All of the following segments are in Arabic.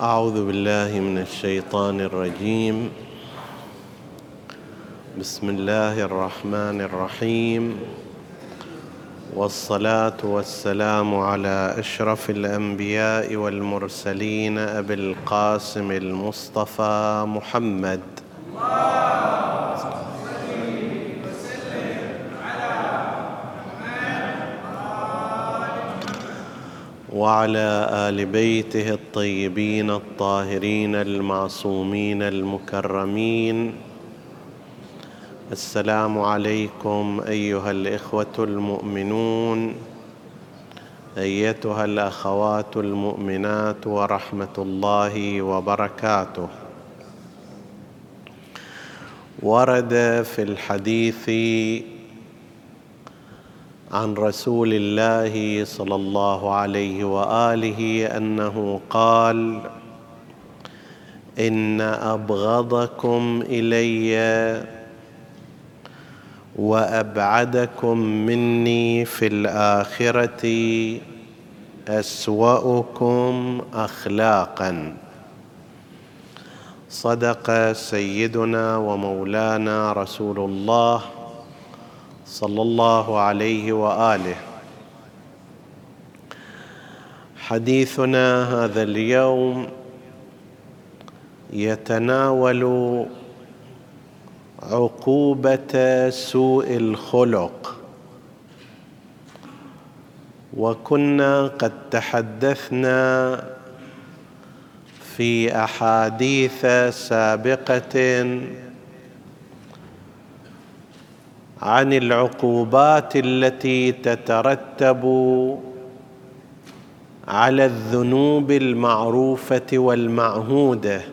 أعوذ بالله من الشيطان الرجيم. بسم الله الرحمن الرحيم، والصلاة والسلام على أشرف الأنبياء والمرسلين أبي القاسم المصطفى محمد وعلى آل بيته الطيبين الطاهرين المعصومين المكرمين. السلام عليكم أيها الإخوة المؤمنون، أيتها الأخوات المؤمنات، ورحمة الله وبركاته. ورد في الحديث عن رسول الله صلى الله عليه وآله أنه قال: إن أبغضكم إلي وأبعدكم مني في الآخرة أسوأكم أخلاقا. صدق سيدنا ومولانا رسول الله صلى الله عليه وآله. حديثنا هذا اليوم يتناول عقوبة سوء الخلق، وكنا قد تحدثنا في أحاديث سابقة عن العقوبات التي تترتب على الذنوب المعروفة والمعهودة،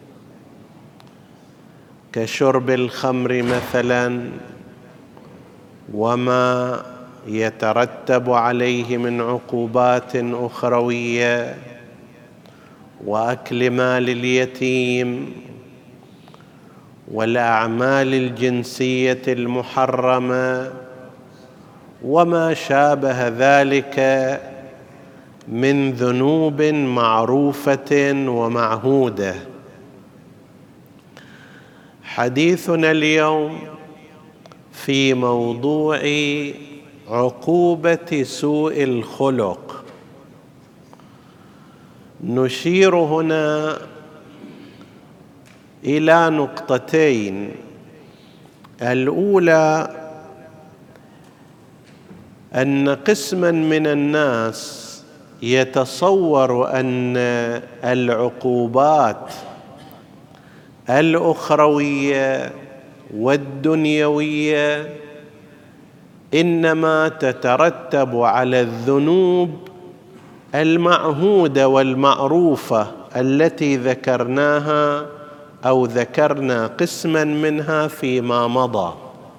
كشرب الخمر مثلا وما يترتب عليه من عقوبات أخروية، وأكل مال اليتيم، والأعمال الجنسية المحرمة، وما شابه ذلك من ذنوب معروفة ومعهودة. حديثنا اليوم في موضوع عقوبة سوء الخلق. نشير هنا إلى نقطتين. الأولى أن قسما من الناس يتصور أن العقوبات الأخروية والدنيوية إنما تترتب على الذنوب المعهودة والمعروفة التي ذكرناها أو ذكرنا قسما منها فيما مضى،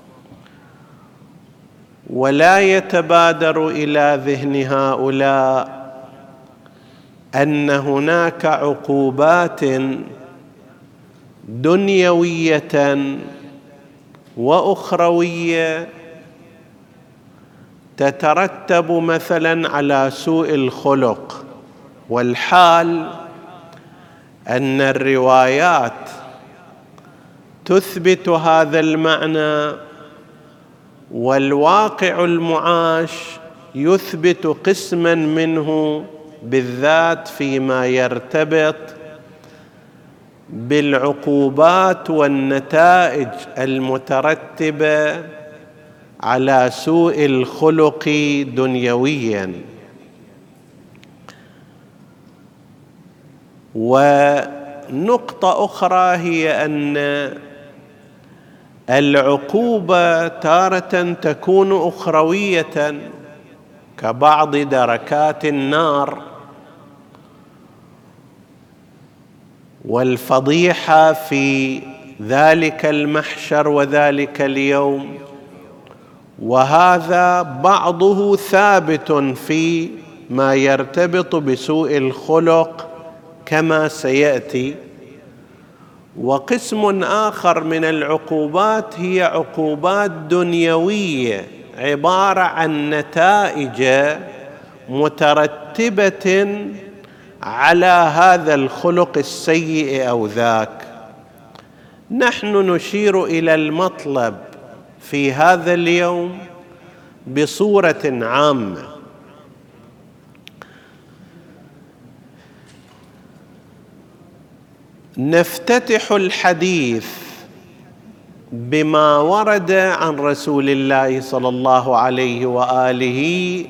ولا يتبادر إلى ذهن هؤلاء أن هناك عقوبات دنيوية وأخروية تترتب مثلا على سوء الخلق. والحال أن الروايات تثبت هذا المعنى، والواقع المعاش يثبت قسما منه، بالذات فيما يرتبط بالعقوبات والنتائج المترتبة على سوء الخلق دنيويا. ونقطة أخرى هي أن العقوبة تارة تكون أخروية، كبعض دركات النار والفضيحة في ذلك المحشر وذلك اليوم، وهذا بعضه ثابت في ما يرتبط بسوء الخلق كما سيأتي. وقسم آخر من العقوبات هي عقوبات دنيوية، عبارة عن نتائج مترتبة على هذا الخلق السيء أو ذاك. نحن نشير إلى المطلب في هذا اليوم بصورة عامة. نفتتح الحديث بما ورد عن رسول الله صلى الله عليه وآله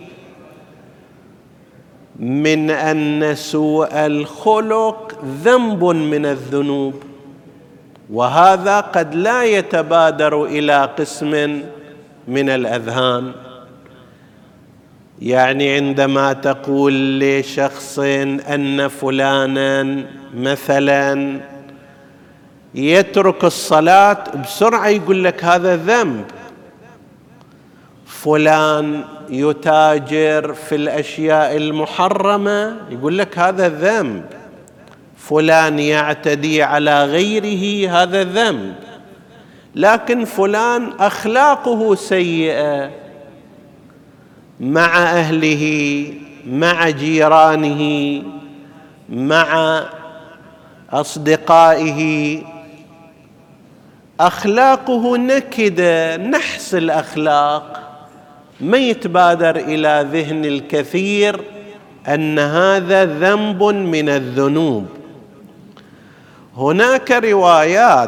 من أن سوء الخلق ذنب من الذنوب، وهذا قد لا يتبادر إلى قسم من الأذهان. يعني عندما تقول لشخص أن فلانا مثلا يترك الصلاة، بسرعة يقول لك هذا ذنب. فلان يتاجر في الأشياء المحرمة، يقول لك هذا ذنب. فلان يعتدي على غيره، هذا ذنب. لكن فلان أخلاقه سيئة مع أهله، مع جيرانه، مع أصدقائه، أخلاقه نكدة، نحس الأخلاق، ما يتبادر إلى ذهن الكثير أن هذا ذنب من الذنوب. هناك روايات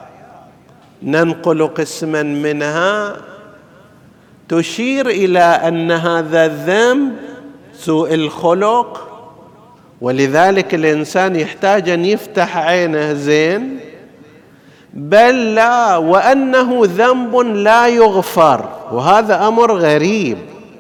ننقل قسما منها تشير إلى أن هذا الذنب سوء الخلق، ولذلك الإنسان يحتاج أن يفتح عينه زين، بل لا، وأنه ذنب لا يغفر، وهذا أمر غريب.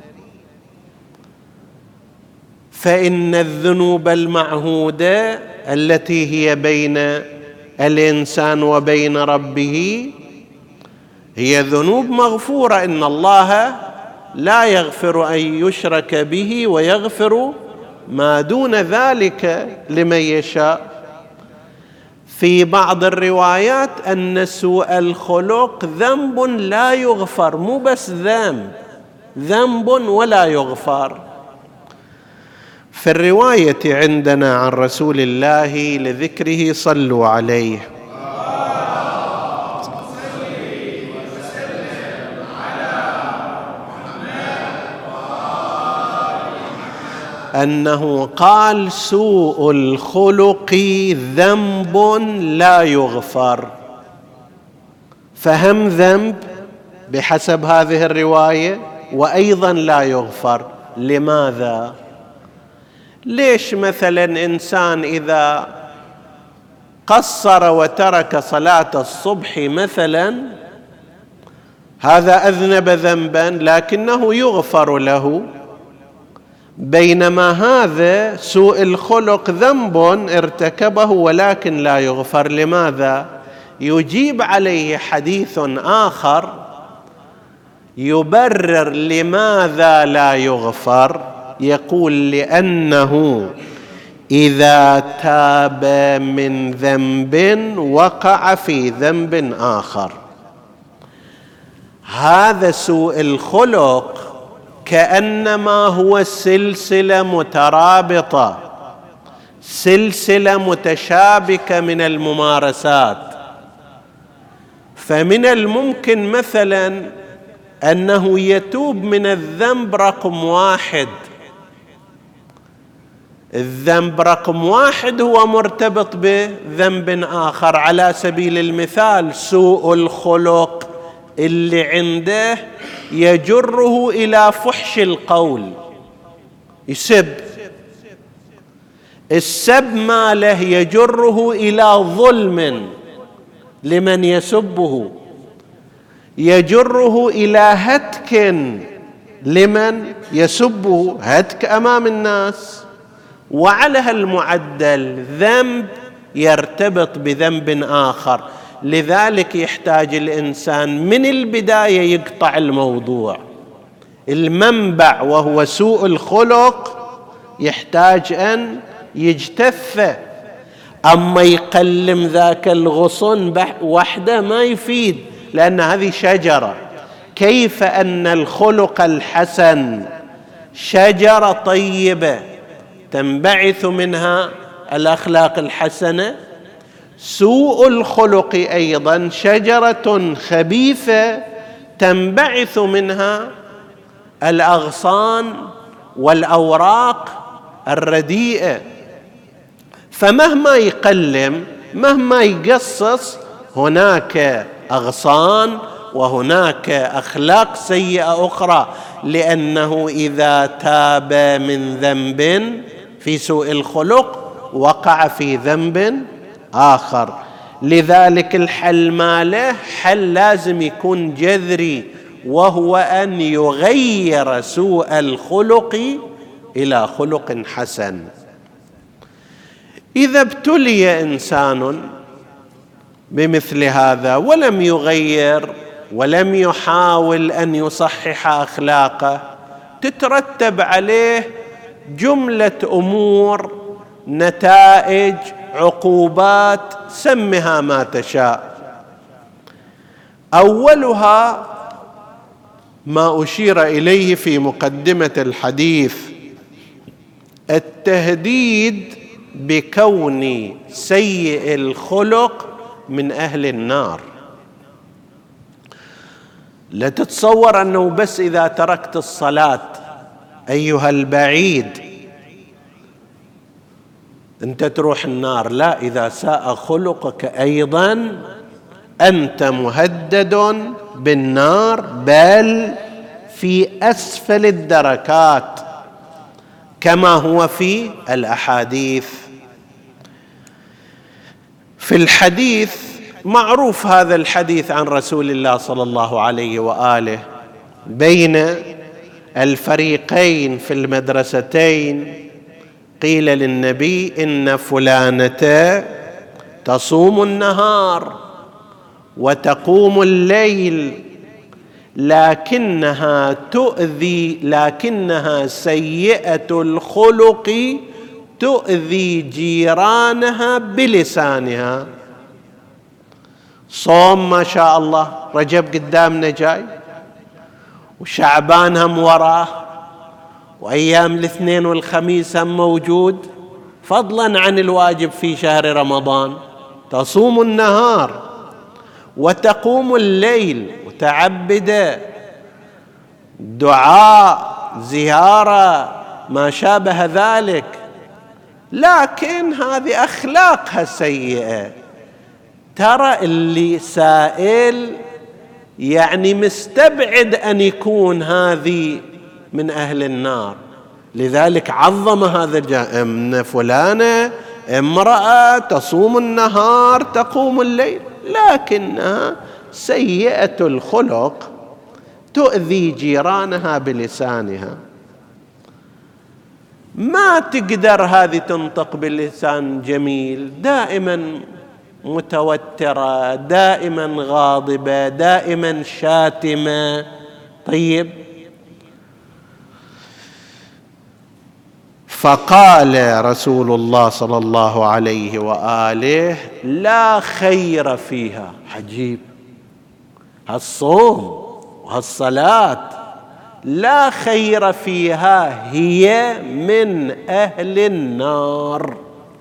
فإن الذنوب المعهودة التي هي بين الإنسان وبين ربه هي ذنوب مغفورة. إن الله لا يغفر أن يشرك به ويغفر ما دون ذلك لمن يشاء. في بعض الروايات أن سوء الخلق ذنب لا يغفر، مو بس ذنب ولا يغفر. في الرواية عندنا عن رسول الله لذكره صلوا عليه أنه قال سوء الخلق ذنب لا يغفر. فهم ذنب بحسب هذه الرواية، وأيضا لا يغفر. لماذا؟ ليش مثلا إنسان إذا قصر وترك صلاة الصبح مثلا، هذا أذنب ذنبا لكنه يغفر له، بينما هذا سوء الخلق ذنب ارتكبه ولكن لا يغفر. لماذا؟ يجيب عليه حديث آخر يبرر لماذا لا يغفر. يقول لأنه إذا تاب من ذنب وقع في ذنب آخر. هذا سوء الخلق كأنما هو سلسلة مترابطة، سلسلة متشابكة من الممارسات. فمن الممكن مثلا أنه يتوب من الذنب رقم 1. الذنب رقم 1 هو مرتبط بذنب آخر. على سبيل المثال سوء الخلق اللي عنده يجره إلى فحش القول، يسب، السب ماله يجره إلى ظلم لمن يسبه، يجره إلى هتك لمن يسبه، هتك أمام الناس. وعلى هالمعدل ذنب يرتبط بذنب آخر. لذلك يحتاج الإنسان من البداية يقطع الموضوع، المنبع وهو سوء الخلق يحتاج أن يجتث. أما يقلم ذاك الغصن وحده ما يفيد، لأن هذه شجرة. كيف أن الخلق الحسن شجرة طيبة تنبعث منها الأخلاق الحسنة. سوء الخلق أيضا شجرة خبيثة تنبعث منها الأغصان والأوراق الرديئة. فمهما يقلم، مهما يقصص، هناك أغصان وهناك أخلاق سيئة أخرى، لأنه إذا تاب من ذنب في سوء الخلق وقع في ذنب آخر. لذلك الحل ماله حل لازم يكون جذري، وهو أن يغير سوء الخلق إلى خلق حسن. إذا ابتلي إنسان بمثل هذا ولم يغير ولم يحاول أن يصحح أخلاقه، تترتب عليه جملة أمور، نتائج، عقوبات، سمها ما تشاء. أولها ما أشير إليه في مقدمة الحديث، التهديد بكون سيء الخلق من أهل النار. لا تتصور أنه بس إذا تركت الصلاة أيها البعيد أنت تروح النار، لا، إذا ساء خلقك أيضا أنت مهدد بالنار، بل في أسفل الدركات كما هو في الأحاديث. في الحديث معروف هذا الحديث عن رسول الله صلى الله عليه وآله، بين الفريقين في المدرستين قيل للنبي إن فلانة تصوم النهار وتقوم الليل لكنها سيئة الخلق تؤذي جيرانها بلسانها. صوم ما شاء الله، رجب قدامنا جاي وشعبان هم وراه وأيام الاثنين والخميس هم موجود، فضلا عن الواجب في شهر رمضان. تصوم النهار وتقوم الليل متعبدة، دعاء، زيارة، ما شابه ذلك، لكن هذه أخلاقها سيئة. ترى اللي سائل يعني مستبعد أن يكون هذه من أهل النار، لذلك عظم هذا إن فلانة امرأة تصوم النهار تقوم الليل لكنها سيئة الخلق تؤذي جيرانها بلسانها. ما تقدر هذه تنطق بلسان جميل، دائما متوترة، دائما غاضبة، دائما شاتمة. طيب، فقال رسول الله صلى الله عليه وآله لا خير فيها. عجيب، هالصوم وهالصلاة لا خير فيها، هي من أهل النار.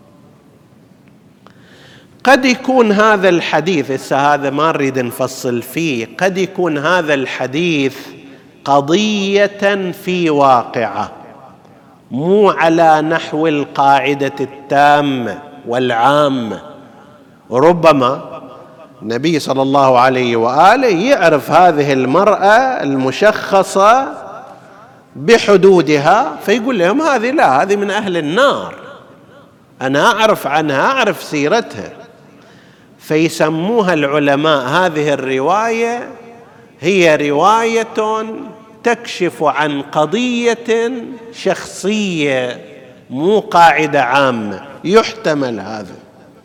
قد يكون هذا الحديث، هذا ما نريد نفصل فيه، قد يكون هذا الحديث قضية في واقعة، مو على نحو القاعدة التامة والعامة. ربما النبي صلى الله عليه وآله يعرف هذه المرأة المشخصة بحدودها فيقول لهم هذه لا، هذه من أهل النار، أنا أعرف عنها، أعرف سيرتها. فيسموها العلماء هذه الرواية هي رواية تكشف عن قضية شخصية، مو قاعدة عامة، يحتمل هذا.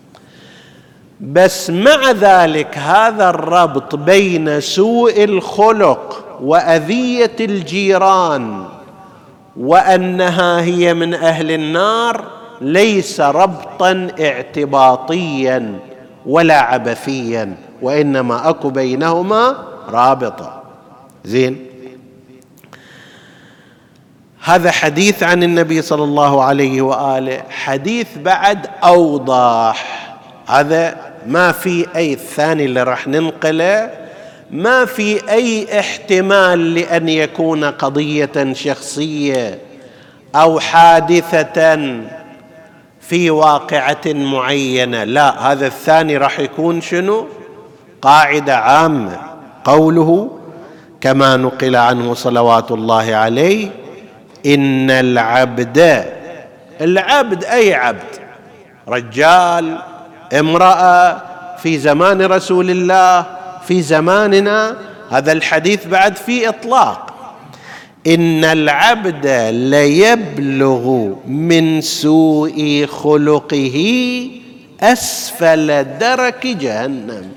بس مع ذلك هذا الربط بين سوء الخلق وأذية الجيران وأنها هي من أهل النار ليس ربطا اعتباطيا ولا عبثيا، وإنما أكو بينهما رابطة. زين، هذا حديث عن النبي صلى الله عليه وآله. حديث بعد أوضح، هذا ما في أي الثاني اللي راح ننقله ما في أي احتمال لأن يكون قضية شخصية أو حادثة في واقعة معينة، لا، هذا الثاني راح يكون شنو؟ قاعدة عامة. قوله كما نقل عنه صلوات الله عليه: إن العبد أي عبد، رجال امرأة، في زمان رسول الله في زماننا، هذا الحديث بعد في إطلاق. إن العبد ليبلغ من سوء خلقه أسفل درك جهنم.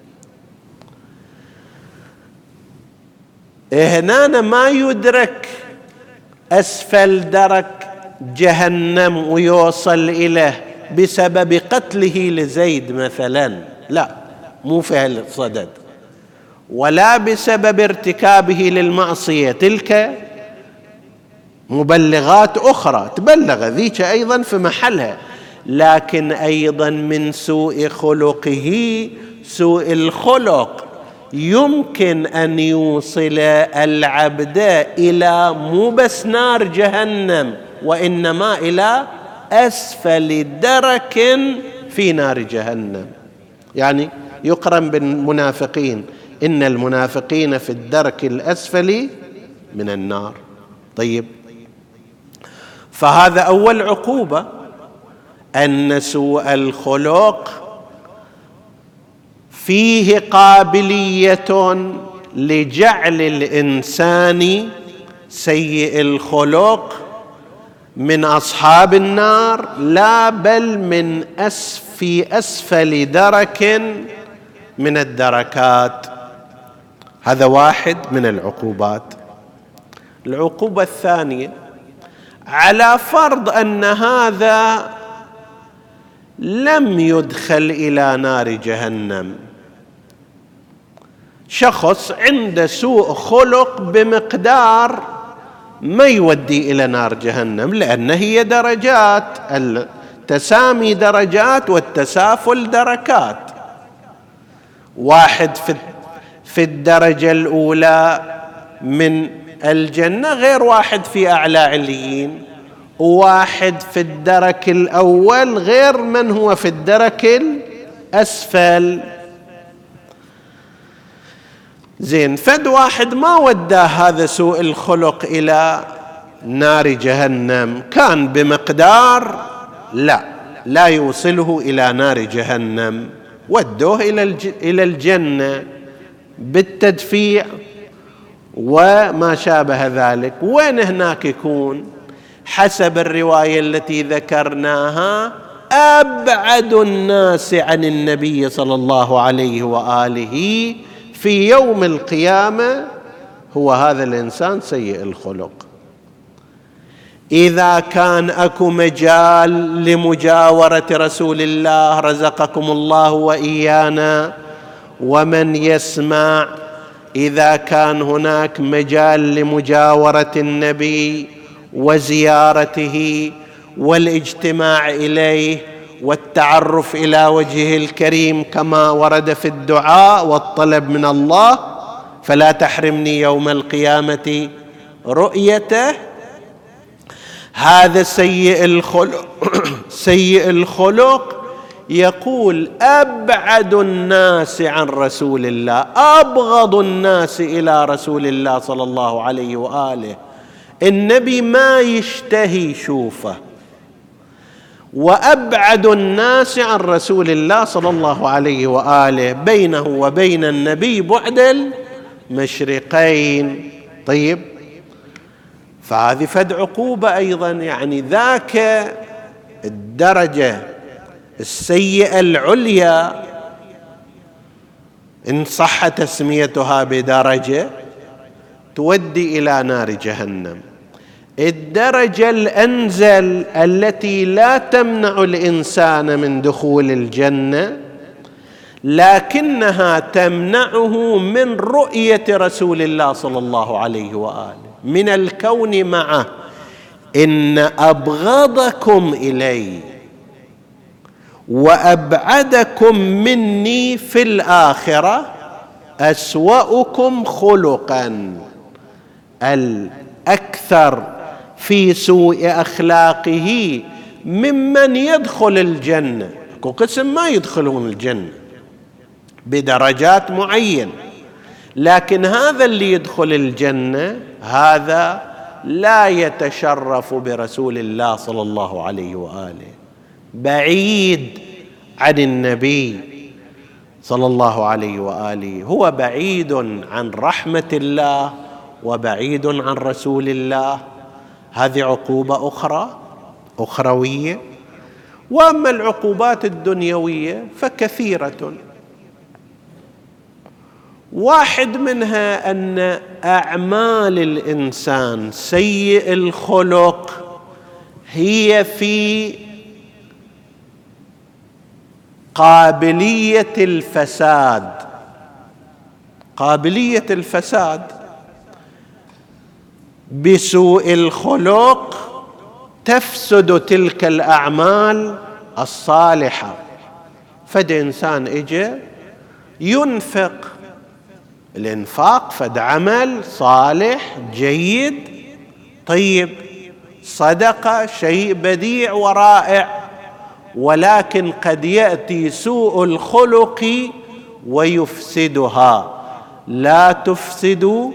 هنا ما يدرك أسفل درك جهنم ويوصل إليه بسبب قتله لزيد مثلا، لا، مو في هالصدد، ولا بسبب ارتكابه للمعصية، تلك مبلغات أخرى تبلغ ذيك أيضا في محلها، لكن أيضا من سوء خلقه. سوء الخلق يمكن أن يوصل العبد إلى مو بس نار جهنم، وإنما إلى أسفل درك في نار جهنم. يعني يقرن بالمنافقين: إن المنافقين في الدرك الأسفل من النار. طيب، فهذا أول عقوبة، أن سوء الخلق فيه قابلية لجعل الإنسان سيء الخلق من أصحاب النار، لا بل من في أسفل درك من الدركات. هذا واحد من العقوبات. العقوبة الثانية: على فرض أن هذا لم يدخل إلى نار جهنم، شخص عنده سوء خلق بمقدار ما يودي إلى نار جهنم، لأن هي درجات، التسامي درجات والتسافل دركات. واحد في الدرجة الأولى من الجنة غير واحد في أعلى عليين، وواحد في الدرك الأول غير من هو في الدرك الأسفل. زين، فد واحد ما وداه هذا سوء الخلق إلى نار جهنم، كان بمقدار لا يوصله إلى نار جهنم، ودوه إلى الجنة بالتدفيع وما شابه ذلك. وين هناك يكون؟ حسب الرواية التي ذكرناها، أبعد الناس عن النبي صلى الله عليه وآله في يوم القيامة هو هذا الإنسان سيء الخلق. إذا كان أكو مجال لمجاورة رسول الله، رزقكم الله وإيانا ومن يسمع، إذا كان هناك مجال لمجاورة النبي وزيارته والاجتماع إليه والتعرف إلى وجهه الكريم كما ورد في الدعاء والطلب من الله: فلا تحرمني يوم القيامة رؤيته، هذا سيء الخلق. سيء الخلق يقول أبعد الناس عن رسول الله، أبغض الناس إلى رسول الله صلى الله عليه وآله، النبي ما يشتهي شوفه، وأبعد الناس عن رسول الله صلى الله عليه وآله، بينه وبين النبي بعد المشرقين. طيب، فهذه فد عقوبة أيضا، يعني ذاك الدرجة السيئة العليا إن صح تسميتها بدرجة تودي إلى نار جهنم. الدرجة الأنزل التي لا تمنع الإنسان من دخول الجنة، لكنها تمنعه من رؤية رسول الله صلى الله عليه وآله، من الكون معه، إن أبغضكم إلي وأبعدكم مني في الآخرة أسوأكم خلقا، الأكثر في سوء أخلاقه ممن يدخل الجنة. قسم ما يدخلون الجنة بدرجات معينة، لكن هذا اللي يدخل الجنة هذا لا يتشرف برسول الله صلى الله عليه وآله، بعيد عن النبي صلى الله عليه وآله، هو بعيد عن رحمة الله وبعيد عن رسول الله. هذه عقوبة أخروية. وأما العقوبات الدنيوية فكثيرة، واحد منها أن أعمال الإنسان سيء الخلق هي في قابلية الفساد. قابلية الفساد بسوء الخلق تفسد تلك الأعمال الصالحة. فد إنسان إجا ينفق، الإنفاق فد عمل صالح جيد طيب، صدقة شيء بديع ورائع، ولكن قد يأتي سوء الخلق ويفسدها. لا تفسدوا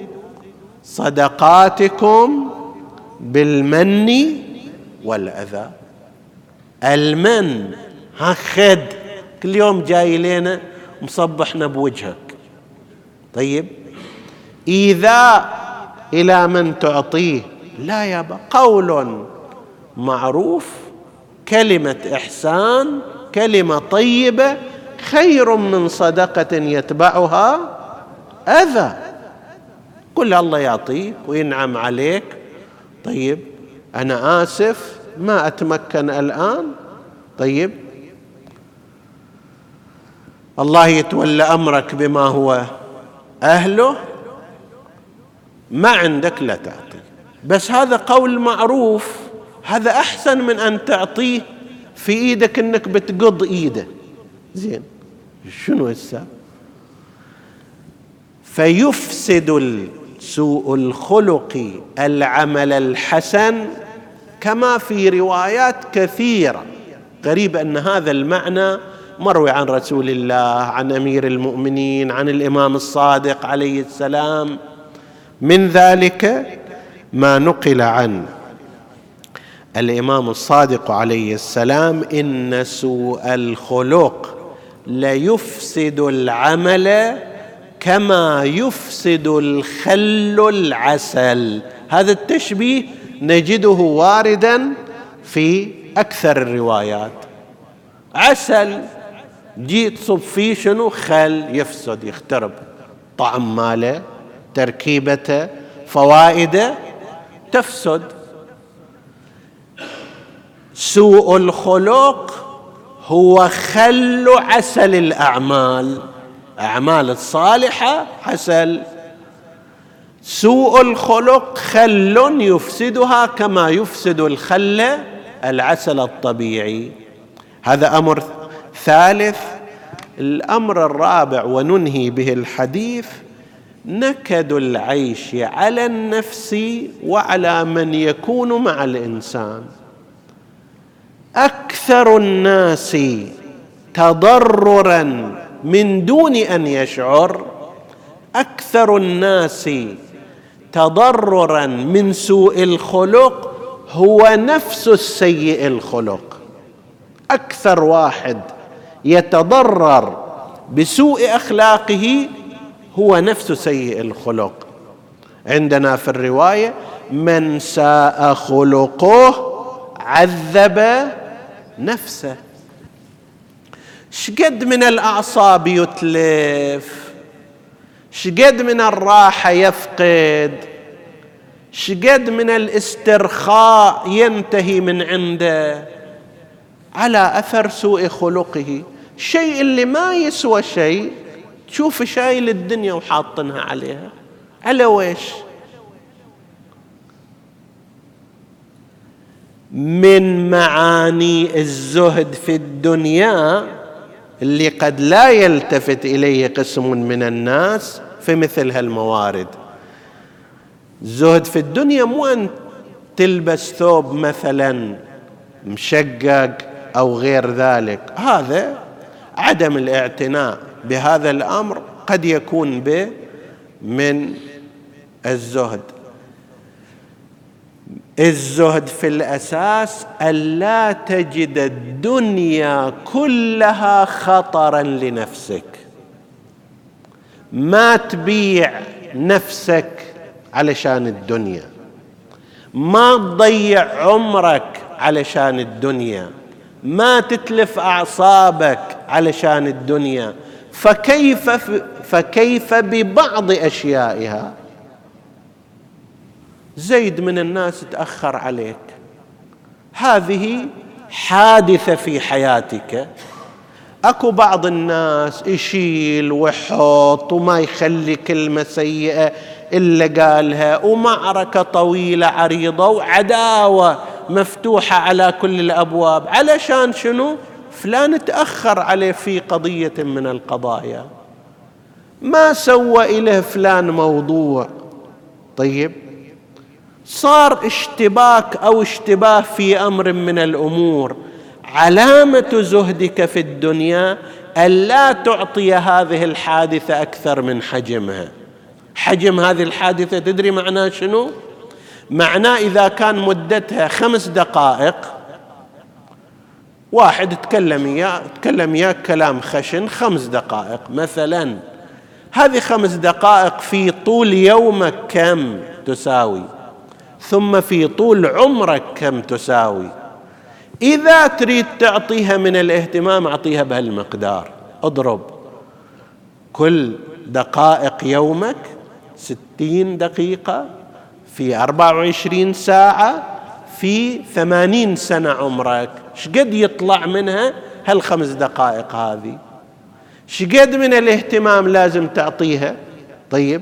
صدقاتكم بالمن والأذى. المن خد كل يوم جاي لنا مصبحنا بوجهك، طيب إيذاء إلى من تعطيه، لا يابا، قول معروف، كلمة إحسان، كلمة طيبة خير من صدقة يتبعها أذى. قل الله يعطيك وينعم عليك، طيب أنا آسف ما أتمكن الآن، طيب الله يتولى أمرك بما هو أهله، ما عندك لا تعطي. بس هذا قول معروف، هذا أحسن من أن تعطيه في إيدك إنك بتقض إيده. زين شنو هسه؟ فيفسد سوء الخلق العمل الحسن، كما في روايات كثيرة غريب أن هذا المعنى مروي عن رسول الله، عن أمير المؤمنين، عن الإمام الصادق عليه السلام. من ذلك ما نقل عن الإمام الصادق عليه السلام: إن سوء الخلق ليفسد العمل كما يفسد الخل العسل. هذا التشبيه نجده واردا في أكثر الروايات. عسل جيت صب فيه شنو؟ خل، يفسد، يخترب، طعم ماله، تركيبته، فوائده تفسد. سوء الخلق هو خل عسل الأعمال، أعمال الصالحة عسل، سوء الخلق خل يفسدها كما يفسد الخل العسل الطبيعي. هذا أمر ثالث. الأمر الرابع وننهي به الحديث: نكد العيش على النفس وعلى من يكون مع الإنسان. أكثر الناس تضرراً من دون أن يشعر، أكثر الناس تضرراً من سوء الخلق هو نفس السيء الخلق. أكثر واحد يتضرر بسوء أخلاقه هو نفس سيء الخلق. عندنا في الرواية: من ساء خلقه عذب نفسه. شقد من الأعصاب يتلف، شقد من الراحة يفقد، شقد من الاسترخاء ينتهي من عنده على أثر سوء خلقه. شيء اللي ما يسوى شيء تشوف شايل الدنيا وحاطنها عليها، على ويش؟ من معاني الزهد في الدنيا اللي قد لا يلتفت إليه قسم من الناس في مثل هالموارد. الزهد في الدنيا مو أن تلبس ثوب مثلا مشقق أو غير ذلك، هذا عدم الاعتناء بهذا الأمر قد يكون من الزهد. الزهد في الأساس ألا تجد الدنيا كلها خطرا لنفسك، ما تبيع نفسك علشان الدنيا، ما تضيع عمرك علشان الدنيا، ما تتلف أعصابك علشان الدنيا، فكيف ببعض أشيائها. زيد من الناس تأخر عليك، هذه حادثة في حياتك. أكو بعض الناس يشيل ويحط وما يخلي كلمة سيئة إلا قالها، ومعركة طويلة عريضة وعداوة مفتوحة على كل الأبواب، علشان شنو؟ فلان تأخر عليه في قضية من القضايا، ما سوى إله فلان موضوع. طيب، صار اشتباك أو اشتباه في أمر من الأمور. علامة زهدك في الدنيا ألا تعطي هذه الحادثة أكثر من حجمها. حجم هذه الحادثة تدري معناه شنو؟ معناه إذا كان مدتها 5 دقائق، واحد تكلم إياه كلام خشن 5 دقائق مثلا، هذه 5 دقائق في طول يومك كم تساوي؟ ثم في طول عمرك كم تساوي؟ إذا تريد تعطيها من الاهتمام أعطيها بهالمقدار. اضرب كل دقائق يومك 60 دقيقة في 24 ساعة في 80 سنة عمرك، شقد يطلع منها هال5 دقائق هذه؟ شقد من الاهتمام لازم تعطيها؟ طيب،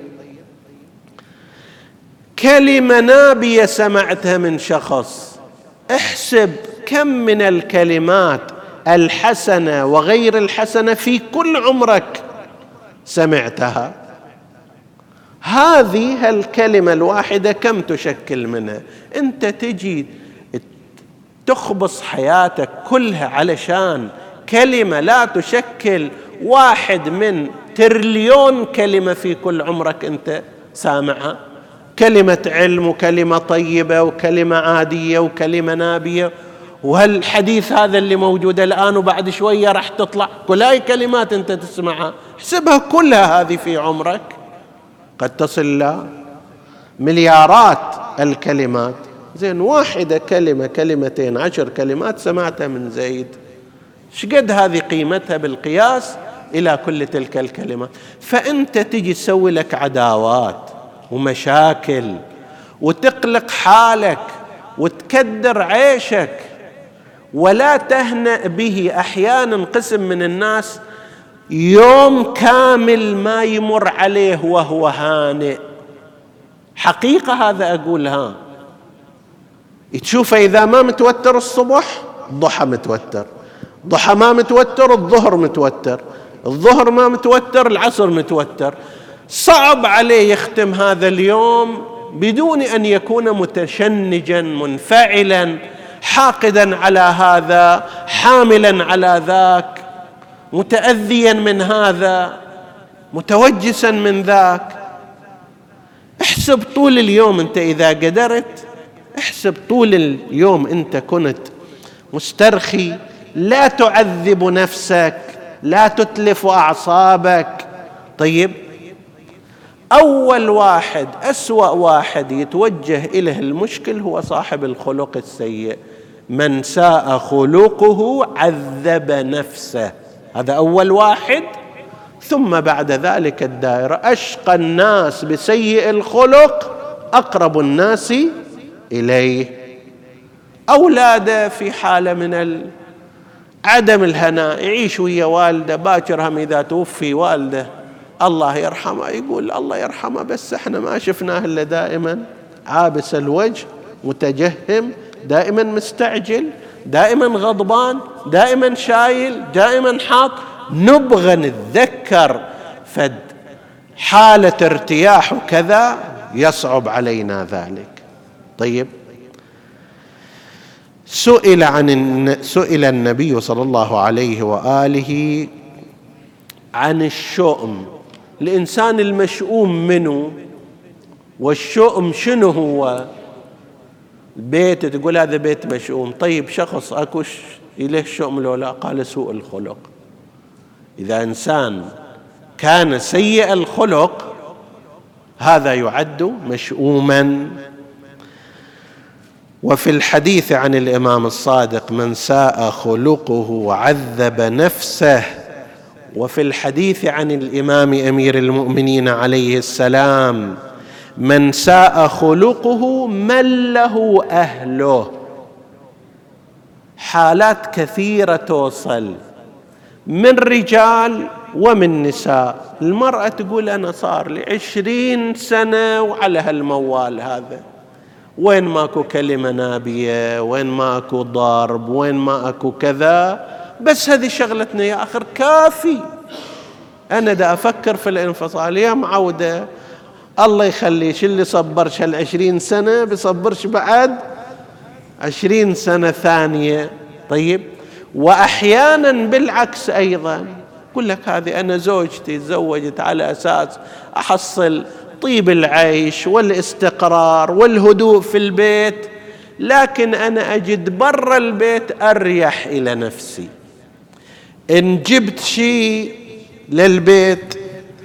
كلمة نابية سمعتها من شخص، احسب كم من الكلمات الحسنة وغير الحسنة في كل عمرك سمعتها. هذه الكلمة الواحدة كم تشكل منها؟ أنت تجي تخبص حياتك كلها علشان كلمة لا تشكل 1 من تريليون كلمة في كل عمرك أنت سامعها. كلمة علم وكلمة طيبة وكلمة عادية وكلمة نابية، وهالحديث هذا اللي موجود الآن وبعد شوية راح تطلع، كل هاي كلمات أنت تسمعها، احسبها كلها هذه في عمرك قد تصل إلى مليارات الكلمات. زين، واحدة كلمة، كلمتين، 10 كلمات سمعتها من زيد، شقد هذه قيمتها بالقياس إلى كل تلك الكلمات؟ فأنت تجي تسوي لك عداوات ومشاكل وتقلق حالك وتكدر عيشك ولا تهنأ به. أحيانا قسم من الناس يوم كامل ما يمر عليه وهو هانئ، حقيقة هذا أقولها. تشوفه إذا ما متوتر الصبح الضحى متوتر، ضحى ما متوتر الظهر متوتر، الظهر ما متوتر العصر متوتر. صعب عليه يختم هذا اليوم بدون أن يكون متشنجا منفعلا حاقدا على هذا، حاملا على ذاك، متأذيا من هذا، متوجسا من ذاك. احسب طول اليوم أنت إذا قدرت، احسب طول اليوم أنت كنت مسترخي، لا تعذب نفسك، لا تتلف أعصابك. طيب، أول واحد، أسوأ واحد يتوجه إليه المشكل هو صاحب الخلق السيء. من ساء خلقه عذب نفسه، هذا أول واحد. ثم بعد ذلك الدائرة، أشقى الناس بسيء الخلق أقرب الناس إليه. أولاده في حالة من عدم الهناء، يعيش ويا والده، باكر هم إذا توفي والده الله يرحمه، يقول الله يرحمه بس احنا ما شفناه إلا دائما عابس الوجه متجهم دائما مستعجل، دائما غضبان، دائما شايل، دائما حاط. نبغى نتذكر فد حالة ارتياح وكذا، يصعب علينا ذلك. طيب، سئل النبي صلى الله عليه وآله عن الشؤم. الإنسان المشؤوم منه، والشؤم شنو هو؟ البيت تقول هذا بيت مشؤوم. طيب، شخص أكوش إليه شؤم لو لا؟ قال سوء الخلق. إذا إنسان كان سيء الخلق هذا يعد مشؤوما. وفي الحديث عن الإمام الصادق: من ساء خلقه عذب نفسه. وفي الحديث عن الإمام أمير المؤمنين عليه السلام: من ساء خلقه مله أهله. حالات كثيرة توصل من رجال ومن نساء. المرأة تقول أنا صار لي 20 سنة وعلى هالموال هذا، وين ماكو كلمة نابية، وين ماكو ضرب، وين ماكو كذا، بس هذه شغلتنا يا آخر كافي. أنا دا أفكر في الانفصال يا معودة. الله يخليش اللي صبرش 20 سنة بيصبرش بعد 20 سنة ثانية. طيب، وأحيانا بالعكس أيضا، يقول لك هذه أنا زوجتي تزوجت على أساس أحصل طيب العيش والاستقرار والهدوء في البيت، لكن أنا أجد برا البيت أريح إلى نفسي. إن جبت شيء للبيت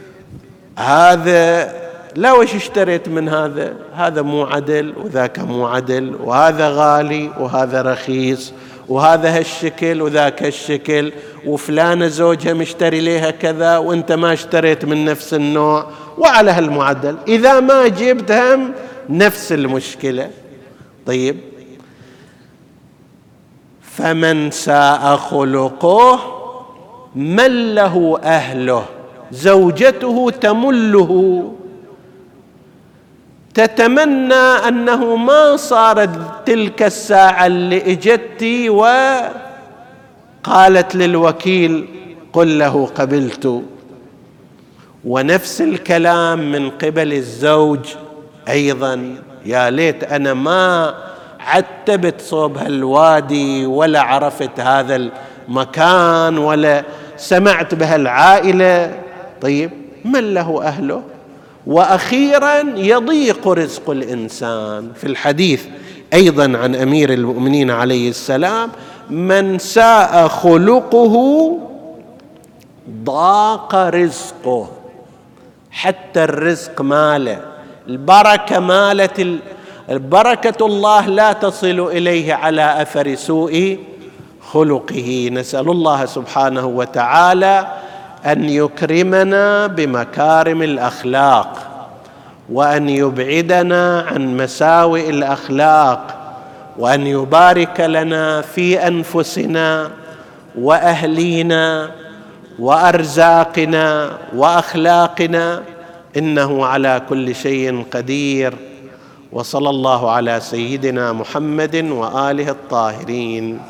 هذا لا، وش اشتريت من هذا؟ هذا مو عدل وذاك مو عدل، وهذا غالي وهذا رخيص، وهذا هالشكل وذاك هالشكل، وفلانة زوجها مشتري ليها كذا وانت ما اشتريت من نفس النوع، وعلى هالمعدل إذا ما جبت هم نفس المشكلة. طيب، فمن ساء خلقه مله أهله. زوجته تمله، تتمنى أنه ما صارت تلك الساعة اللي اجتي وقالت للوكيل قل له قبلت. ونفس الكلام من قبل الزوج أيضا: يا ليت أنا ما عتبت صوب هالوادي، ولا عرفت هذا المكان، ولا سمعت بهالعائلة. طيب، من له أهله. وأخيرا يضيق رزق الإنسان. في الحديث أيضا عن أمير المؤمنين عليه السلام: من ساء خلقه ضاق رزقه. حتى الرزق ماله، البركة مالت، البركة الله لا تصل إليه على أثر سوء خلقه. نسأل الله سبحانه وتعالى أن يكرمنا بمكارم الأخلاق، وأن يبعدنا عن مساوئ الأخلاق، وأن يبارك لنا في أنفسنا وأهلينا وأرزاقنا وأخلاقنا، إنه على كل شيء قدير. وصلى الله على سيدنا محمد وآله الطاهرين.